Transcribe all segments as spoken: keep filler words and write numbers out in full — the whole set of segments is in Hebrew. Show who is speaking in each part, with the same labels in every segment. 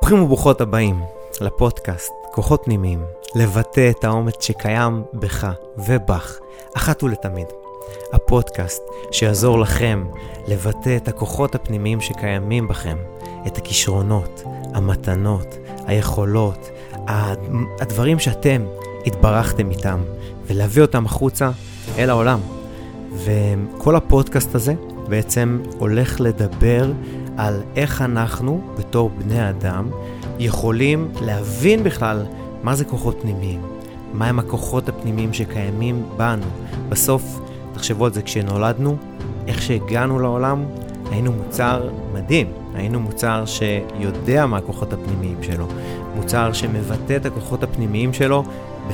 Speaker 1: ברוכים וברוכות הבאים לפודקאסט כוחות פנימיים, לבטא את האומץ שקיים בך ובך, אחת ולתמיד. הפודקאסט שיעזור לכם לבטא את הכוחות הפנימיים שקיימים בכם, את הכישרונות, המתנות, היכולות, הדברים שאתם התברכתם איתם, ולהביא אותם החוצה אל העולם. וכל הפודקאסט הזה בעצם הולך לדבר על איך אנחנו בתור בני אדם יכולים להבין בכלל מה זה כוחות פנימיים, מה הם הכוחות הפנימיים שקיימים בנו. בסוף תחשבו על זה, כשנולדנו, איך שהגענו לעולם, היינו מוצר מדהים, היינו מוצר שיודע מה הכוחות הפנימיים שלו, מוצר שמבטא את הכוחות הפנימיים שלו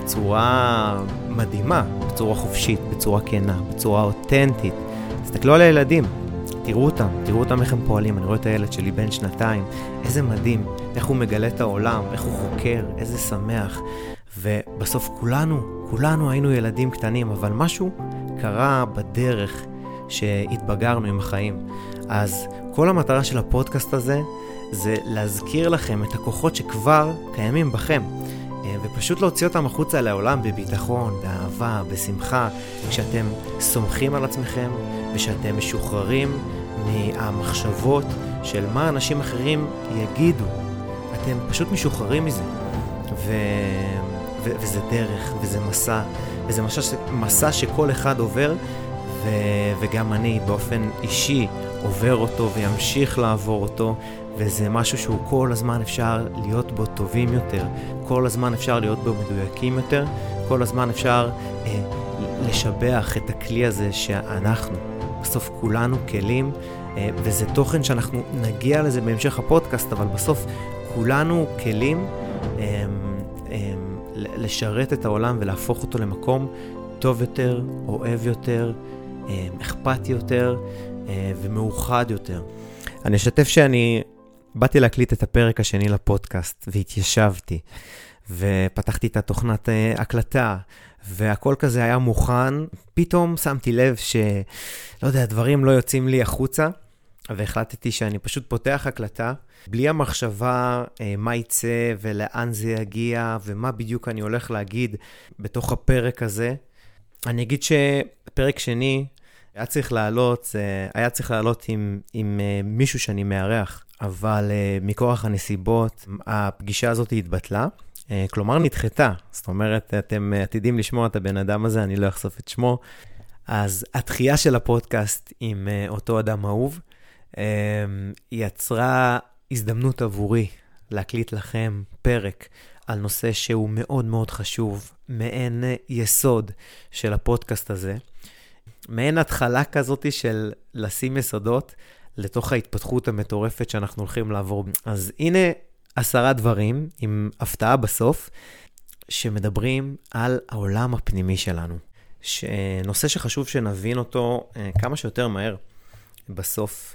Speaker 1: בצורה מדהימה, בצורה חופשית, בצורה כנה, בצורה אותנטית. תסתכלו על הילדים, תראו אותם, תראו אותם איך הם פועלים. אני רואה את הילד שלי בן שנתיים, איזה מדהים, איך הוא מגלה את העולם, איך הוא חוקר, איזה שמח. ובסוף כולנו, כולנו היינו ילדים קטנים, אבל משהו קרה בדרך שהתבגרנו עם החיים. אז כל המטרה של הפודקאסט הזה זה להזכיר לכם את הכוחות שכבר קיימים בכם, ופשוט להוציא אותם החוצה לעולם בביטחון, באהבה, בשמחה, כשאתם סומכים על עצמכם ושאתם משוחררים מהמחשבות של מה אנשים אחרים יגידו. אתם פשוט משוחררים מזה. ו... ו... וזה דרך, וזה מסע, וזה מסע, ש... מסע שכל אחד עובר, ו... וגם אני באופן אישי עובר אותו וימשיך לעבור אותו, וזה משהו שהוא כל הזמן אפשר להיות בו טובים יותר, כל הזמן אפשר להיות בו מדויקים יותר, כל הזמן אפשר אה, לשבח את הכלי הזה שאנחנו, בסוף כולנו כלים, אה, וזה תוכן שאנחנו נגיע לזה בהמשך הפודקאסט, אבל בסוף כולנו כלים אה, אה, לשרת את העולם ולהפוך אותו למקום טוב יותר, אוהב יותר, אה, אכפתי יותר אה, ומאוחד יותר. אני אשתף שאני באתי להקליט את הפרק השני לפודקאסט, והתיישבתי, ופתחתי את התוכנת הקלטה, והכל כזה היה מוכן. פתאום שמתי לב שלא יודע, דברים לא יוצאים לי החוצה, והחלטתי שאני פשוט פותח הקלטה, בלי המחשבה מה יצא ולאן זה יגיע, ומה בדיוק אני הולך להגיד בתוך הפרק הזה. אני אגיד שפרק שני היה צריך לעלות, היה צריך לעלות עם, עם מישהו שאני מארח, אבל uh, מכוח הנסיבות, הפגישה הזאת התבטלה, uh, כלומר נדחתה. זאת אומרת, אתם עתידים לשמוע את הבן אדם הזה, אני לא אחשוף את שמו. אז התחייה של הפודקאסט עם uh, אותו אדם אהוב, uh, יצרה הזדמנות עבורי להקליט לכם פרק על נושא שהוא מאוד מאוד חשוב, מעין יסוד של הפודקאסט הזה, מעין התחלה כזאת של לשים יסודות, לתוך ההתפתחות המטורפת שאנחנו הולכים לעבור. אז הנה עשרה דברים עם הפתעה בסוף, שמדברים על העולם הפנימי שלנו. נושא שחשוב שנבין אותו כמה שיותר מהר. בסוף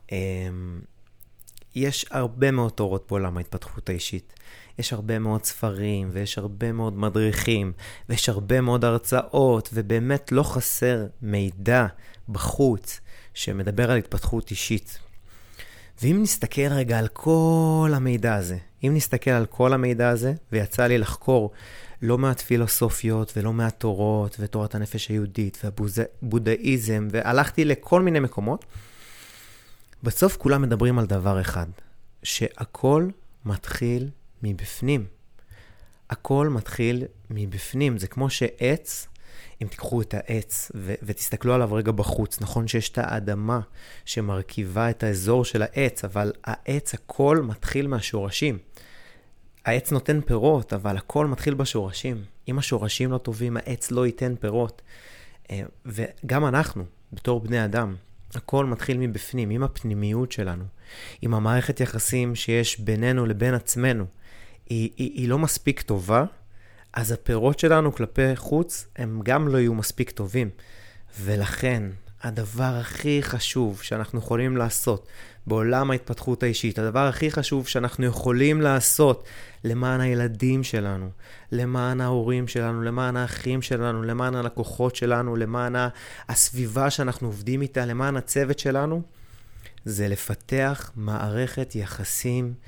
Speaker 1: יש הרבה מאוד תורות בעולם ההתפתחות האישית. יש הרבה מאוד ספרים, ויש הרבה מאוד מדריכים, ויש הרבה מאוד הרצאות, ובאמת לא חסר מידע בחוץ שמדבר על התפתחות אישית. ואם נסתכל רגע על כל המידע הזה, אם נסתכל על כל המידע הזה, ויצא לי לחקור לא מעט פילוסופיות ולא מעט תורות, ותורת הנפש היהודית והבודהיזם, והלכתי לכל מיני מקומות, בסוף כולם מדברים על דבר אחד, שהכל מתחיל מבפנים. הכל מתחיל מבפנים. זה כמו שעץ, אם תיקחו את העץ ו- ותסתכלו עליו רגע בחוץ, נכון שיש את האדמה שמרכיבה את האזור של העץ, אבל העץ, הכל מתחיל מהשורשים. העץ נותן פירות, אבל הכל מתחיל בשורשים. אם השורשים לא טובים, העץ לא ייתן פירות. וגם אנחנו, בתור בני אדם, הכל מתחיל מבפנים, עם הפנימיות שלנו, עם המערכת יחסים שיש בינינו לבין עצמנו. היא, היא, היא לא מספיק טובה, אז הפירות שלנו כלפי חוץ הם גם לא יהיו מספיק טובים. ולכן הדבר הכי חשוב שאנחנו יכולים לעשות בעולם ההתפתחות האישית, הדבר הכי חשוב שאנחנו יכולים לעשות למען הילדים שלנו, למען ההורים שלנו, למען האחים שלנו, למען הלקוחות שלנו, למען הסביבה שאנחנו עובדים איתה, למען הצוות שלנו, זה לפתח מערכת יחסים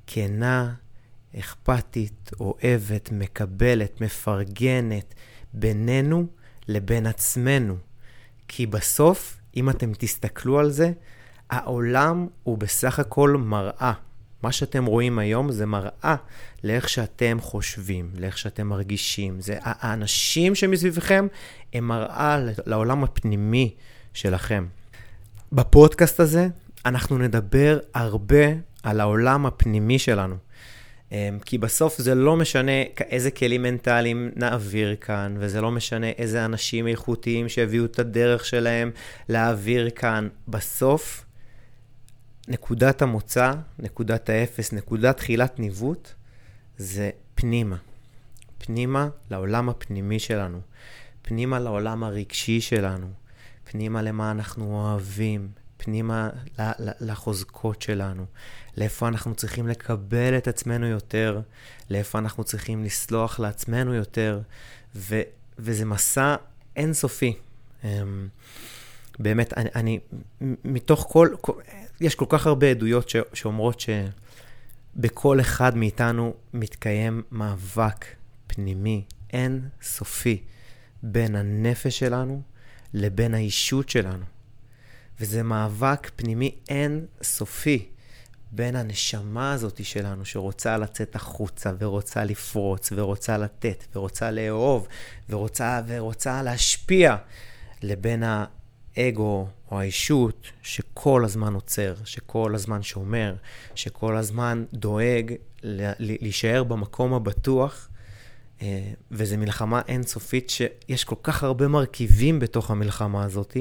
Speaker 1: כנה, אכפתית, אוהבת, מקבלת, מפרגנת, בינינו לבין עצמנו. כי בסוף, אם אתם תסתכלו על זה, העולם הוא בסך הכל מראה. מה שאתם רואים היום זה מראה לאיך שאתם חושבים, לאיך שאתם מרגישים. זה האנשים שמסביבכם הם מראה לעולם הפנימי שלכם. בפודקאסט הזה אנחנו נדבר הרבה על העולם הפנימי שלנו. כי בסוף זה לא משנה איזה כלים מנטליים נעביר כאן, וזה לא משנה איזה אנשים איכותיים שהביאו את הדרך שלהם להעביר כאן. בסוף, נקודת המוצא, נקודת האפס, נקודת תחילת ניווט, זה פנימה. פנימה לעולם הפנימי שלנו. פנימה לעולם הרגשי שלנו. פנימה למה אנחנו אוהבים. פנימה לחוזקות שלנו. לאיפה אנחנו צריכים לקבל את עצמנו יותר. לאיפה אנחנו צריכים לסלוח לעצמנו יותר. ו, וזה מסע אינסופי. באמת, אני, אני מתוך כל, יש כל כך הרבה עדויות ש, שאומרות שבכל אחד מאיתנו מתקיים מאבק פנימי, אין סופי, בין הנפש שלנו לבין האישות שלנו. וזה מאבק פנימי אין סופי, בין הנשמה הזאת שלנו שרוצה לצאת החוצה ורוצה לפרוץ ורוצה לתת ורוצה לאהוב ורוצה, ורוצה להשפיע, לבין ה... אגו או האישות שכל הזמן עוצר, שכל הזמן שומר, שכל הזמן דואג להישאר במקום הבטוח, וזו מלחמה אינסופית שיש כל כך הרבה מרכיבים בתוך המלחמה הזאת,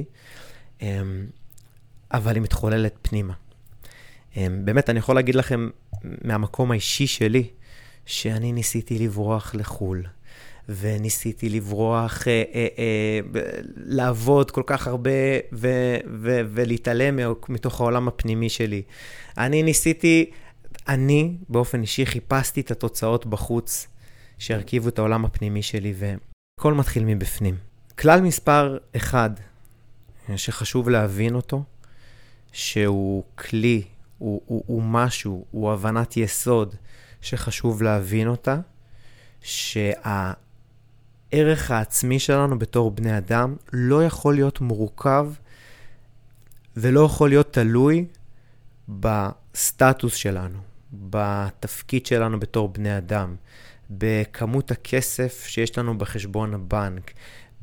Speaker 1: אבל היא מתחוללת פנימה. באמת אני יכול להגיד לכם מהמקום האישי שלי, שאני ניסיתי לברוח לחול, וניסיתי לברוח, אה, אה, אה, לעבוד כל כך הרבה ו- ו- ולהתעלם מתוך העולם הפנימי שלי. אני ניסיתי, אני באופן אישי חיפשתי את התוצאות בחוץ שהרכיבו את העולם הפנימי שלי, וכל מתחיל מבפנים. כלל מספר אחד שחשוב להבין אותו, שהוא כלי, הוא, הוא, הוא משהו, הוא הבנת יסוד שחשוב להבין אותה, שה... הערך העצמי שלנו בתור בני אדם לא יכול להיות מורכב ולא יכול להיות תלוי בסטטוס שלנו, בתפקיד שלנו בתור בני אדם, בכמות הכסף שיש לנו בחשבון הבנק,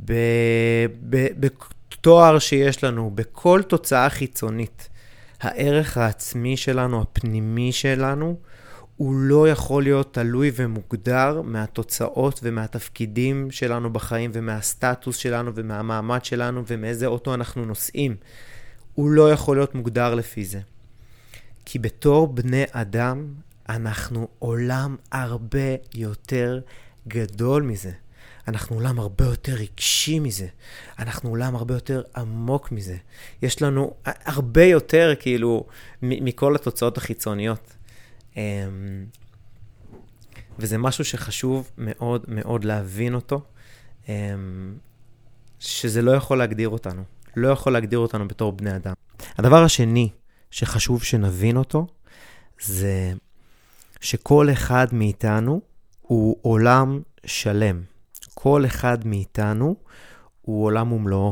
Speaker 1: בתואר שיש לנו, בכל תוצאה חיצונית. הערך העצמי שלנו, הפנימי שלנו, הוא לא יכול להיות תלוי ומוגדר מהתוצאות ומהתפקידים שלנו בחיים ומהסטטוס שלנו ומהמעמד שלנו ומאיזה אוטו אנחנו נוסעים. הוא לא יכול להיות מוגדר לפי זה. כי בתור בני אדם אנחנו עולם הרבה יותר גדול מזה. אנחנו עולם הרבה יותר רגשי מזה. אנחנו עולם הרבה יותר עמוק מזה. יש לנו הרבה יותר כאילו מכל התוצאות החיצוניות. וזה משהו שחשוב מאוד מאוד להבין אותו, שזה לא יכול להגדיר אותנו, לא יכול להגדיר אותנו בתור בני אדם. הדבר השני שחשוב שנבין אותו, זה שכל אחד מאיתנו הוא עולם שלם. כל אחד מאיתנו הוא עולם ומלואו.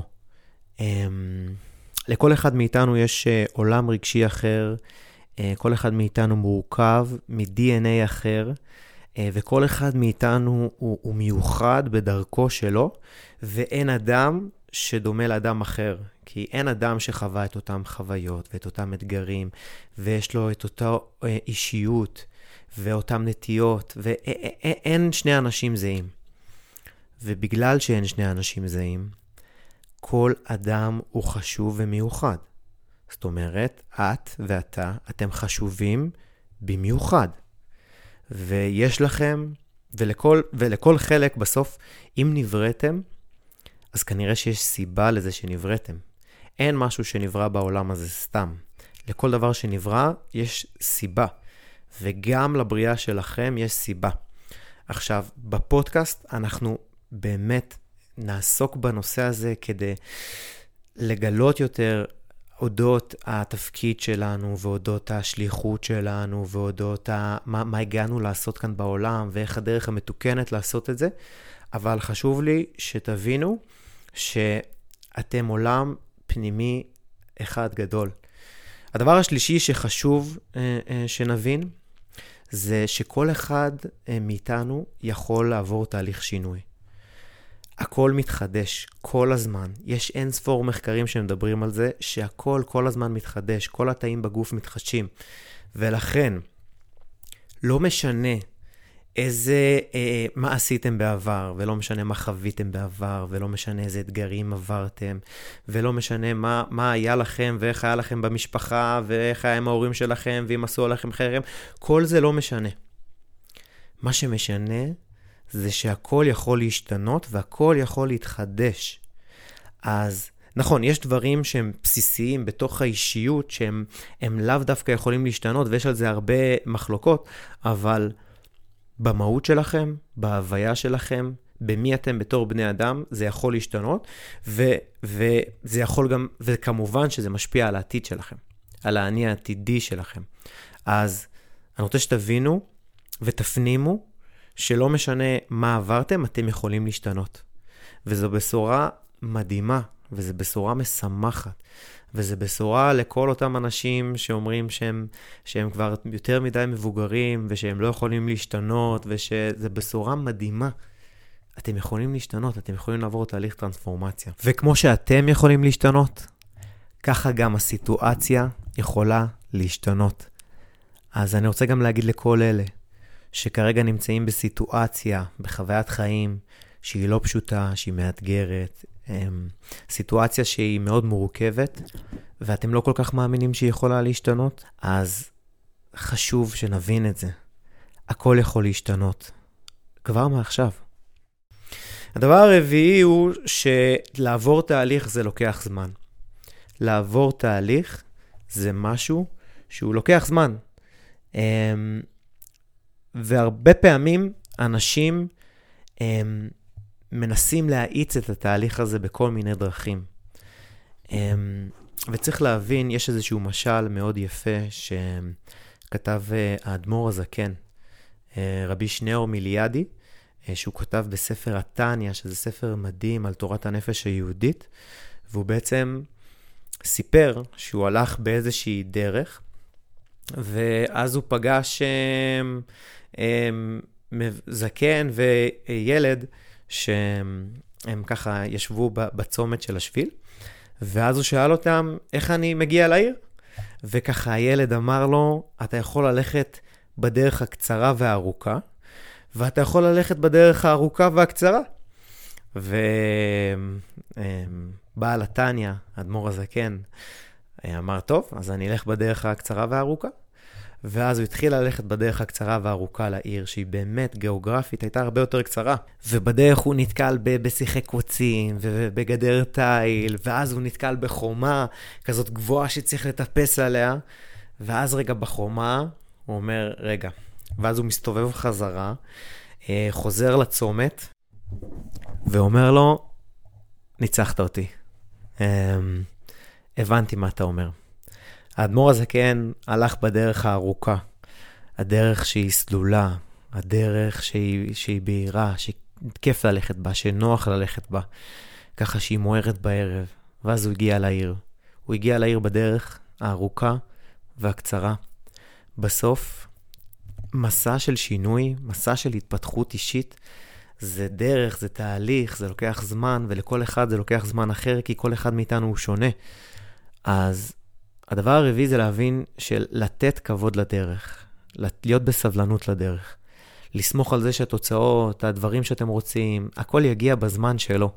Speaker 1: לכל אחד מאיתנו יש עולם רגשי אחר, כל אחד מאיתנו מורכב מ-די אן איי אחר, וכל אחד מאיתנו הוא, הוא מיוחד בדרכו שלו, ואין אדם שדומה לאדם אחר, כי אין אדם שחווה את אותם חוויות ואת אותם אתגרים, ויש לו את אותה אישיות ואותם נטיות, ואין שני אנשים זהים. ובגלל שאין שני אנשים זהים, כל אדם הוא חשוב ומיוחד. זאת אומרת, את ואתה, אתם חשובים במיוחד. ויש לכם, ולכל, ולכל חלק בסוף, אם נבראתם, אז כנראה שיש סיבה לזה שנבראתם. אין משהו שנברא בעולם הזה סתם. לכל דבר שנברא יש סיבה. וגם לבריאה שלכם יש סיבה. עכשיו, בפודקאסט אנחנו באמת נעסוק בנושא הזה כדי לגלות יותר אודות התפקיד שלנו, ואודות השליחות שלנו, ואודות ה... מה, מה הגענו לעשות כאן בעולם, ואיך הדרך המתוקנת לעשות את זה. אבל חשוב לי שתבינו שאתם עולם פנימי אחד גדול. הדבר השלישי שחשוב אה, אה, שנבין, זה שכל אחד אה, מאיתנו יכול לעבור תהליך שינוי. הכל מתחדש כל הזמן. יש אין ספור מחקרים שמדברים על זה, שהכל כל הזמן מתחדש, כל התאים בגוף מתחדשים. ולכן, לא משנה איזה, אה, מה עשיתם בעבר, ולא משנה מה חוויתם בעבר, ולא משנה איזה אתגרים עברתם, ולא משנה מה, מה היה לכם, ואיך היה לכם במשפחה, ואיך היה עם ההורים שלכם, ואם עשו עליכם חרם, כל זה לא משנה. מה שמשנה, זה שהכל יכול להשתנות, והכל יכול להתחדש. אז, נכון, יש דברים שהם בסיסיים בתוך האישיות, שהם הם לאו דווקא יכולים להשתנות, ויש על זה הרבה מחלוקות, אבל במהות שלכם, בהוויה שלכם, במי אתם בתור בני אדם, זה יכול להשתנות, ו, וזה יכול גם, וכמובן שזה משפיע על העתיד שלכם, על העני העתידי שלכם. אז אני רוצה שתבינו ותפנימו, שלא משנה מה עברתם, אתם יכולים להשתנות. וזו בשורה מדהימה, וזו בשורה משמחת, וזו בשורה לכל אותם אנשים שאומרים שהם, שהם כבר יותר מדי מבוגרים, ושהם לא יכולים להשתנות, ושזו בשורה מדהימה. אתם יכולים להשתנות, אתם יכולים לעבור תהליך טרנספורמציה. וכמו שאתם יכולים להשתנות, ככה גם הסיטואציה יכולה להשתנות. אז אני רוצה גם להגיד לכל אלה, שכרגע נמצאים בסיטואציה, בחוויית חיים, שהיא לא פשוטה, שהיא מאתגרת, סיטואציה שהיא מאוד מורכבת, ואתם לא כל כך מאמינים שהיא יכולה להשתנות, אז חשוב שנבין את זה. הכל יכול להשתנות. כבר מעכשיו. הדבר הרביעי הוא שלעבור תהליך זה לוקח זמן. לעבור תהליך זה משהו שהוא לוקח זמן. והרבה פעמים אנשים הם, מנסים להאיץ את התהליך הזה בכל מיני דרכים. הם, וצריך להבין, יש איזשהו משל מאוד יפה שכתב האדמו"ר הזקן, רבי שניאור מיליאדי, שהוא כתב בספר התניא, שזה ספר מדהים על תורת הנפש היהודית, והוא בעצם סיפר שהוא הלך באיזושהי דרך, ואז הוא פגש הם, הם, זקן וילד שהם ככה ישבו בצומת של השביל, ואז הוא שאל אותם, איך אני מגיע לעיר? וככה הילד אמר לו, אתה יכול ללכת בדרך הקצרה והארוכה, ואתה יכול ללכת בדרך הארוכה והקצרה. ובעל התניא, אדמו"ר הזקן, אמר, טוב, אז אני אלך בדרך הקצרה והארוכה. ואז הוא התחיל ללכת בדרך הקצרה והארוכה לעיר, שהיא באמת גיאוגרפית הייתה הרבה יותר קצרה. ובדרך הוא נתקל בשיחי קוצים ובגדר תיל, ואז הוא נתקל בחומה כזאת גבוהה שצריך לטפס עליה. ואז רגע בחומה, הוא אומר, רגע. ואז הוא מסתובב חזרה, חוזר לצומת, ואומר לו, ניצחת אותי. הבנתי מה אתה אומר. האדמו"ר הזקן הלך בדרך הארוכה, הדרך שהיא סלולה, הדרך שהיא, שהיא בהירה, שכיף ללכת בה, שנוח ללכת בה, ככה שהיא מוארת בערב. ואז הוא הגיע לעיר. הוא הגיע לעיר בדרך הארוכה והקצרה. בסוף, מסע של שינוי, מסע של התפתחות אישית, זה דרך, זה תהליך, זה לוקח זמן, ולכל אחד זה לוקח זמן אחר, כי כל אחד מאיתנו הוא שונה. אז הדבר הרביעי זה להבין של לתת כבוד לדרך, להיות בסבלנות לדרך, לסמוך על זה שהתוצאות, הדברים שאתם רוצים, הכל יגיע בזמן שלו.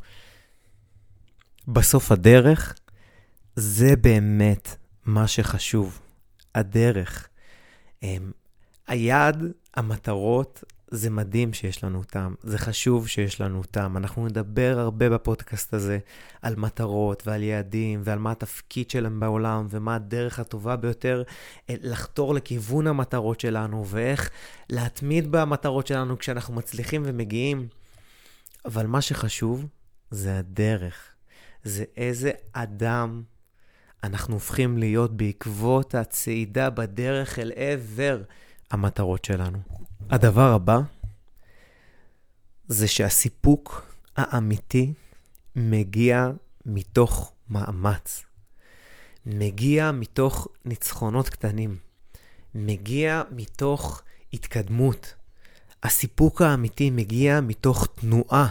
Speaker 1: בסוף הדרך, זה באמת מה שחשוב. הדרך. היעד, המטרות, זה מדהים שיש לנו אותם, זה חשוב שיש לנו אותם. אנחנו נדבר הרבה בפודקאסט הזה על מטרות ועל יעדים ועל מה התפקיד שלהם בעולם ומה הדרך הטובה ביותר לחתור לכיוון המטרות שלנו ואיך להתמיד במטרות שלנו כשאנחנו מצליחים ומגיעים. אבל מה שחשוב זה הדרך, זה איזה אדם אנחנו הופכים להיות בעקבות הצעידה בדרך אל עבר המטרות שלנו. הדבר הבא זה שהסיפוק האמיתי מגיע מתוך מאמץ. מגיע מתוך ניצחונות קטנים. מגיע מתוך התקדמות. הסיפוק האמיתי מגיע מתוך תנועה.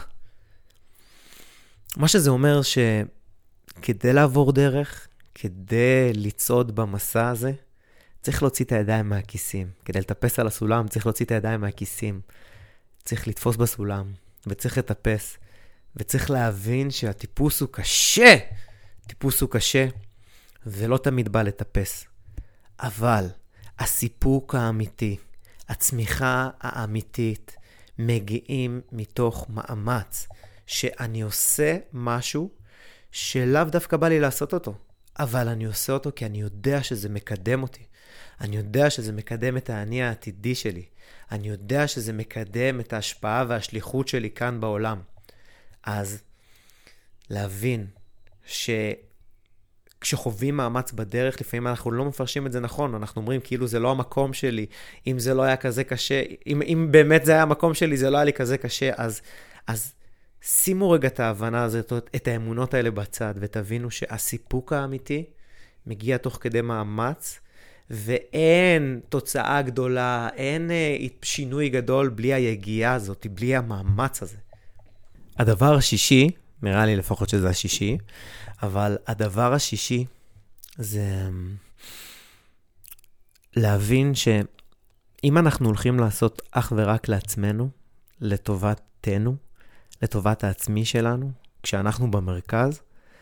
Speaker 1: מה שזה אומר שכדי לעבור דרך, כדי לצעוד במסע הזה, צריך להוציא את הידיים מהכיסים. כדי לטפס על הסולם צריך להוציא את הידיים מהכיסים. צריך לתפוס בסולם וצריך לטפס. וצריך להבין שהטיפוס הוא קשה. טיפוס הוא קשה ולא תמיד בא לטפס. אבל הסיפוק האמיתי, הצמיחה האמיתית, מגיעים מתוך מאמץ. שאני עושה משהו שלאו דווקא בא לי לעשות אותו. אבל אני עושה אותו כי אני יודע שזה מקדם אותי. אני יודע שזה מקדם את האני העתידי שלי. אני יודע שזה מקדם את ההשפעה והשליחות שלי כאן בעולם. אז להבין שכשחווים מאמץ בדרך, לפעמים אנחנו לא מפרשים את זה נכון. אנחנו אומרים כאילו זה לא המקום שלי. אם זה לא היה כזה קשה, אם, אם באמת זה היה המקום שלי, זה לא היה לי כזה קשה. אז, אז שימו רגע את ההבנה הזאת, את האמונות האלה בצד, ותבינו שהסיפוק האמיתי מגיע תוך כדי מאמץ, ואין תוצאה גדולה, אין שינוי גדול בלי היגיעה הזאת, בלי המאמץ הזה. הדבר השישי, נראה לי לפחות שזה השישי, אבל הדבר השישי זה להבין שאם אנחנו הולכים לעשות אך ורק לעצמנו, לטובתנו, לטובת העצמי שלנו, כשאנחנו במרכז,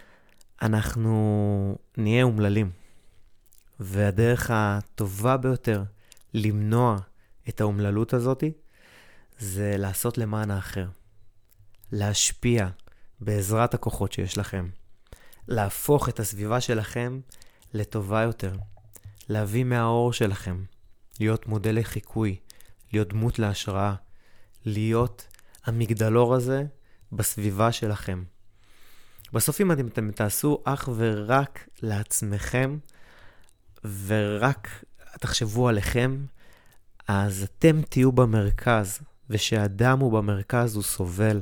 Speaker 1: אנחנו נהיה אומללים. והדרך הטובה ביותר למנוע את האומללות הזאת, זה לעשות למען האחר. להשפיע בעזרת הכוחות שיש לכם. להפוך את הסביבה שלכם לטובה יותר. להביא מהאור שלכם. להיות מודל לחיקוי. להיות דמות להשראה. להיות המגדלור הזה בסביבה שלכם. בסוף אם אתם תעשו אך ורק לעצמכם, ורק תחשבו עליכם, אז אתם תהיו במרכז, ושאדם הוא במרכז הוא סובל.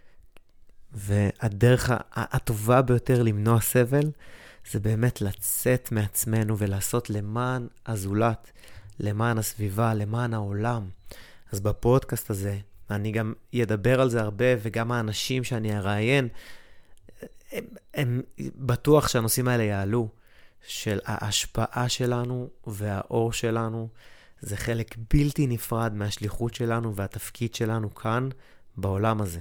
Speaker 1: והדרך הטובה ביותר למנוע סבל, זה באמת לצאת מעצמנו ולעשות למען הזולת, למען הסביבה, למען העולם. אז בפודקאסט הזה, אני גם אדבר על זה הרבה, וגם האנשים שאני אראיין, הם, הם בטוח שהנושאים האלה יעלו, של ההשפעה שלנו והאור שלנו, זה חלק בלתי נפרד מהשליחות שלנו והתפקיד שלנו כאן בעולם הזה.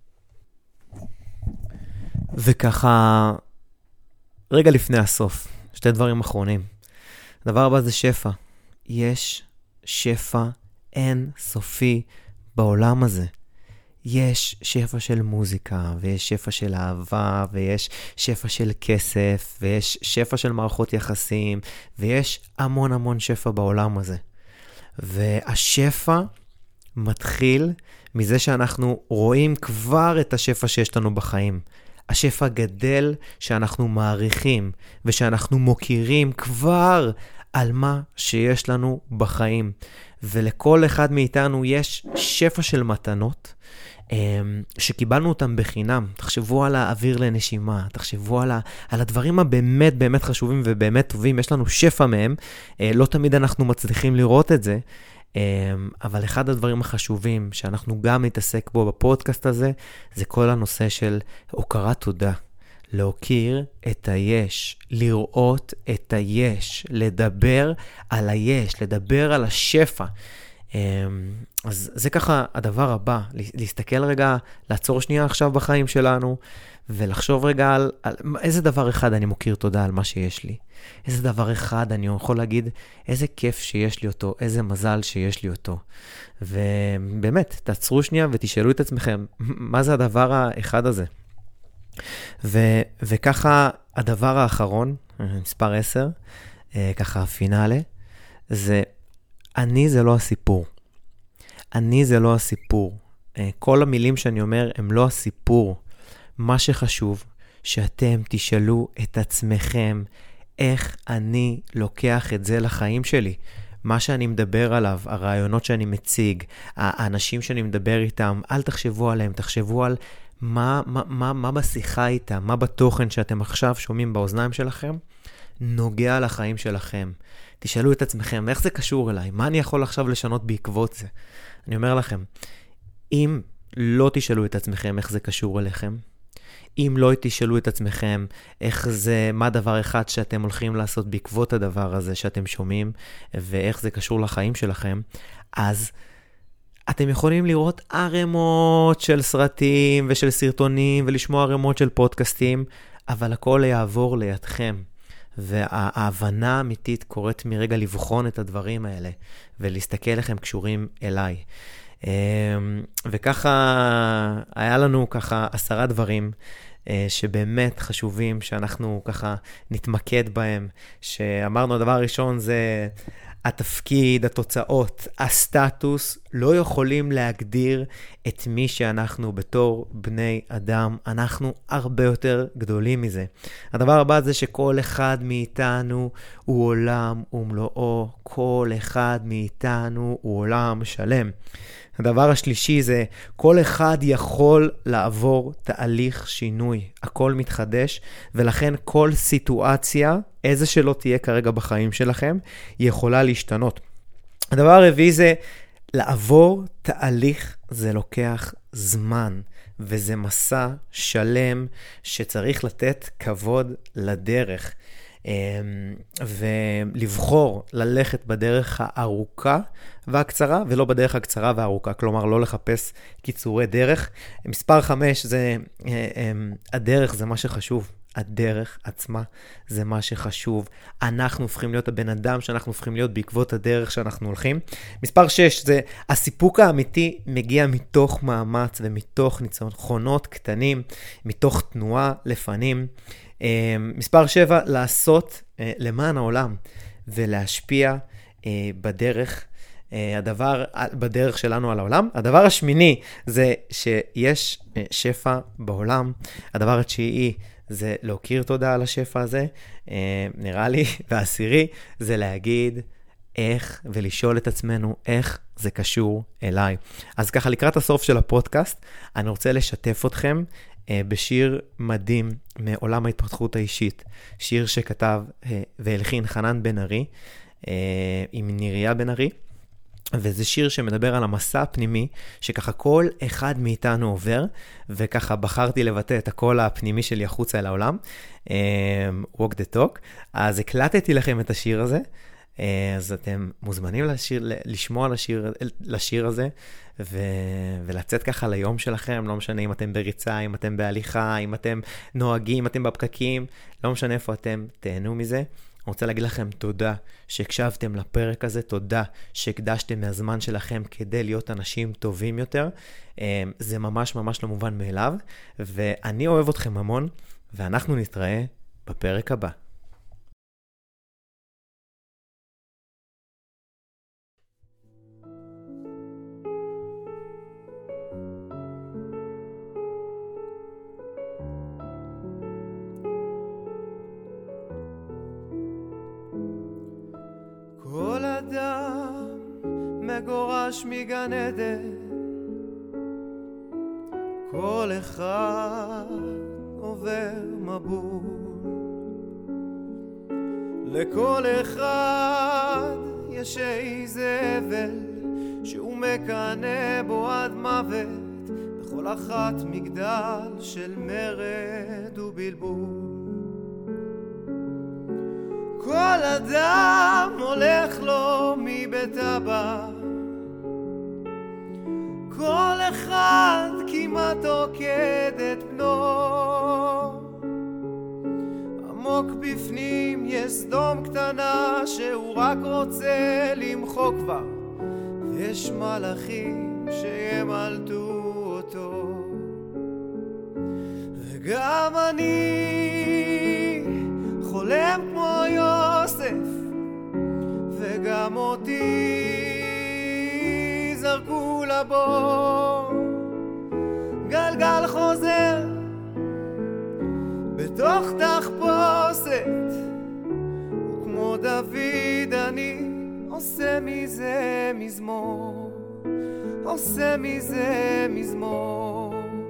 Speaker 1: וככה, רגע לפני הסוף, שתי דברים אחרונים. הדבר הבא זה שפע. יש שפע אין סופי בעולם הזה. יש שפע של מוזיקה, ויש שפע של אהבה, ויש שפע של כסף, ויש שפע של מערכות יחסים, ויש המון המון שפע בעולם הזה. והשפע מתחיל מזה שאנחנו רואים כבר את השפע שיש לנו בחיים. השפע גדל שאנחנו מעריכים, ושאנחנו מוכירים כבר על מה שיש לנו בחיים. ולכל אחד מאיתנו יש שפע של מתנות, שקיבלנו אותם בחינם. תחשבו על האוויר לנשימה, תחשבו על, ה, על הדברים הבאמת באמת חשובים ובאמת טובים, יש לנו שפע מהם, לא תמיד אנחנו מצליחים לראות את זה, אבל אחד הדברים החשובים שאנחנו גם נתעסק בו בפודקאסט הזה, זה כל הנושא של הוקרת תודה. להוקיר את היש, לראות את היש, לדבר על היש, לדבר על השפע. אז זה ככה הדבר הבא, להסתכל רגע, לעצור שנייה עכשיו בחיים שלנו, ולחשוב רגע על, על איזה דבר אחד אני מוקיר תודה על מה שיש לי. איזה דבר אחד אני יכול להגיד, איזה כיף שיש לי אותו, איזה מזל שיש לי אותו. ובאמת, תעצרו שנייה ותשאלו את עצמכם, מה זה הדבר האחד הזה? ו, וככה הדבר האחרון, מספר עשר, ככה הפינאלה, זה אני זה לא הסיפור. אני זה לא הסיפור. כל המילים שאני אומר הם לא הסיפור. מה שחשוב, שאתם תשאלו את עצמכם, איך אני לוקח את זה לחיים שלי. מה שאני מדבר עליו, הרעיונות שאני מציג, האנשים שאני מדבר איתם, אל תחשבו עליהם, תחשבו על מה, מה, מה, מה בשיחה איתם, מה בתוכן שאתם עכשיו שומעים באוזניים שלכם, נוגע לחיים שלכם. תשאלו את עצמכם, איך זה קשור אליי? מה אני יכול עכשיו לשנות בעקבות זה? אני אומר לכם, אם לא תשאלו את עצמכם איך זה קשור אליכם, אם לא תשאלו את עצמכם איך זה, מה דבר אחד שאתם הולכים לעשות בעקבות הדבר הזה שאתם שומעים, ואיך זה קשור לחיים שלכם, אז אתם יכולים לראות ערימות של סרטים ושל סרטונים, ולשמוע ערימות של פודקאסטים, אבל הכל יעבור לידכם. וההבנה האמיתית קורית מרגע לבחון את הדברים האלה, ולהסתכל לכם קשורים אליי. וככה היה לנו ככה עשרה דברים שבאמת חשובים שאנחנו ככה נתמקד בהם, שאמרנו הדבר הראשון זה התפקיד, התוצאות, הסטטוס, לא יכולים להגדיר את מי שאנחנו בתור בני אדם, אנחנו הרבה יותר גדולים מזה. הדבר הבא זה שכל אחד מאיתנו הוא עולם ומלואו, כל אחד מאיתנו הוא עולם שלם. הדבר השלישי זה, כל אחד יכול לעבור תהליך שינוי. הכל מתחדש, ולכן כל סיטואציה, איזה שלא תהיה כרגע בחיים שלכם, היא יכולה להשתנות. הדבר הרביעי זה, לעבור תהליך זה לוקח זמן, וזה מסע שלם שצריך לתת כבוד לדרך. ולבחור ללכת בדרך הארוכה והקצרה, ולא בדרך הקצרה והארוכה, כלומר לא לחפש קיצורי דרך. מספר חמש זה, הדרך זה מה שחשוב, הדרך עצמה זה מה שחשוב. אנחנו הופכים להיות הבן אדם שאנחנו הופכים להיות בעקבות הדרך שאנחנו הולכים. מספר שש זה, הסיפוק האמיתי מגיע מתוך מאמץ ומתוך ניצחונות קטנים, מתוך תנועה לפנים. מספר שבע, לעשות למען העולם ולהשפיע בדרך, הדבר, בדרך שלנו על העולם. הדבר השמיני זה שיש שפע בעולם. הדבר התשיעי זה להכיר תודה על השפע הזה, נראה לי, והעשירי זה להגיד איך ולשאול את עצמנו איך זה קשור אליי. אז ככה לקראת הסוף של הפודקאסט, אני רוצה לשתף אתכם בשיר מדהים מעולם ההתפתחות האישית, שיר שכתב והלחין חנן בן ארי עם ניריה בן ארי, וזה שיר שמדבר על המסע הפנימי שככה כל אחד מאיתנו עובר, וככה בחרתי לבטא את הקול הפנימי שלי החוצה אל העולם, walk the talk. אז הקלטתי לכם את השיר הזה, אז אתם מוזמנים לשיר, לשמוע לשיר, לשיר הזה, ו, ולצאת ככה ליום שלכם, לא משנה אם אתם בריצה, אם אתם בהליכה, אם אתם נוהגים, אם אתם בפקקים, לא משנה איפה אתם, תהנו מזה. אני רוצה להגיד לכם תודה שהקשבתם לפרק הזה, תודה שהקדשתם מהזמן שלכם כדי להיות אנשים טובים יותר. זה ממש ממש לא מובן מאליו, ואני אוהב אתכם המון, ואנחנו נתראה בפרק הבא.
Speaker 2: כל אדם מגורש מגן עדן, כל אחד עובר מבול, לכל אחד יש איזה אבל שהוא מקנא בו עד מוות, בכל אחת מגדל של מרד ובלבול. כל אדם הולך לו מבית אבא, כל אחד כמעט עוקד את בנו, עמוק בפנים יש סדום קטנה שהוא רק רוצה למחוק כבר, ויש מלאכים שימלטו אותו. וגם אני חולם כמו יוסף, וגם אותי זרקו לבור, גלגל חוזר בתוך תחפושת, עושה מזה מזמור, עושה מזה מזמור.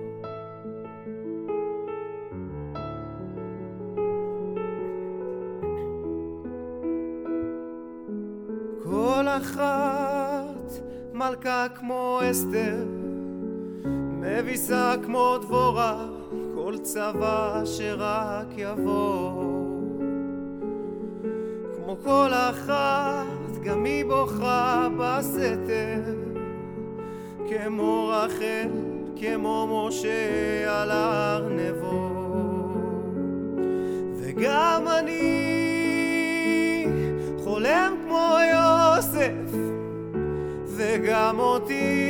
Speaker 2: כל אחת מלכה כמו אסתר, מביסה כמו דבורה, כל צבא שרק יבוא. כמו כל אחת גם היא בוכה בסתר, כמו רחל, כמו משה על הר נבו. וגם אני חולם כמו יוסף, וגם אותי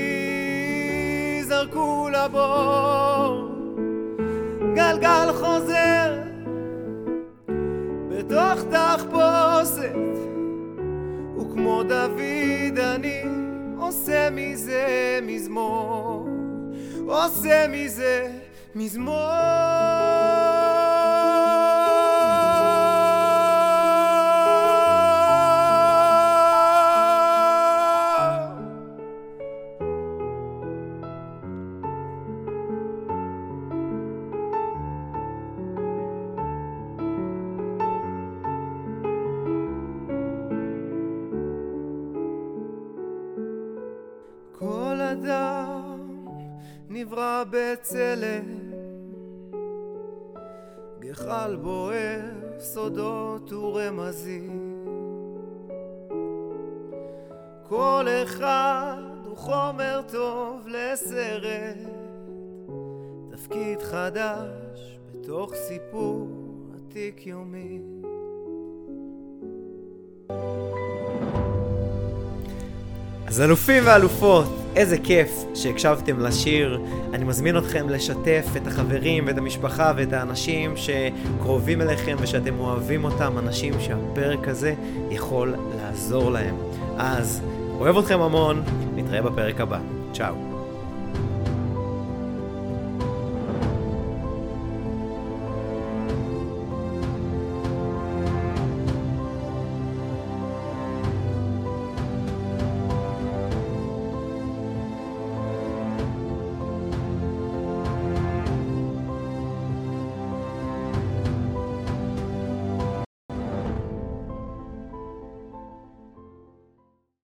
Speaker 2: זרקו לבור. גלגל חוזר בתוך תחפושת, וכמו דוד אני עושה מזה מזמור, עושה מזה מזמור. כל אדם נברא בצלם, גחל בוער סודות ורמזים. כל אחד הוא חומר טוב לסרט, תפקיד חדש בתוך סיפור עתיק יומי.
Speaker 1: אז אלופים ואלופות, איזה כיף שהקשבתם לשיר. אני מזמין אתכם לשתף את החברים ואת המשפחה ואת האנשים שקרובים אליכם ושאתם אוהבים אותם, אנשים שהפרק הזה יכול לעזור להם. אז אוהב אתכם המון, נתראה בפרק הבא. צ'או.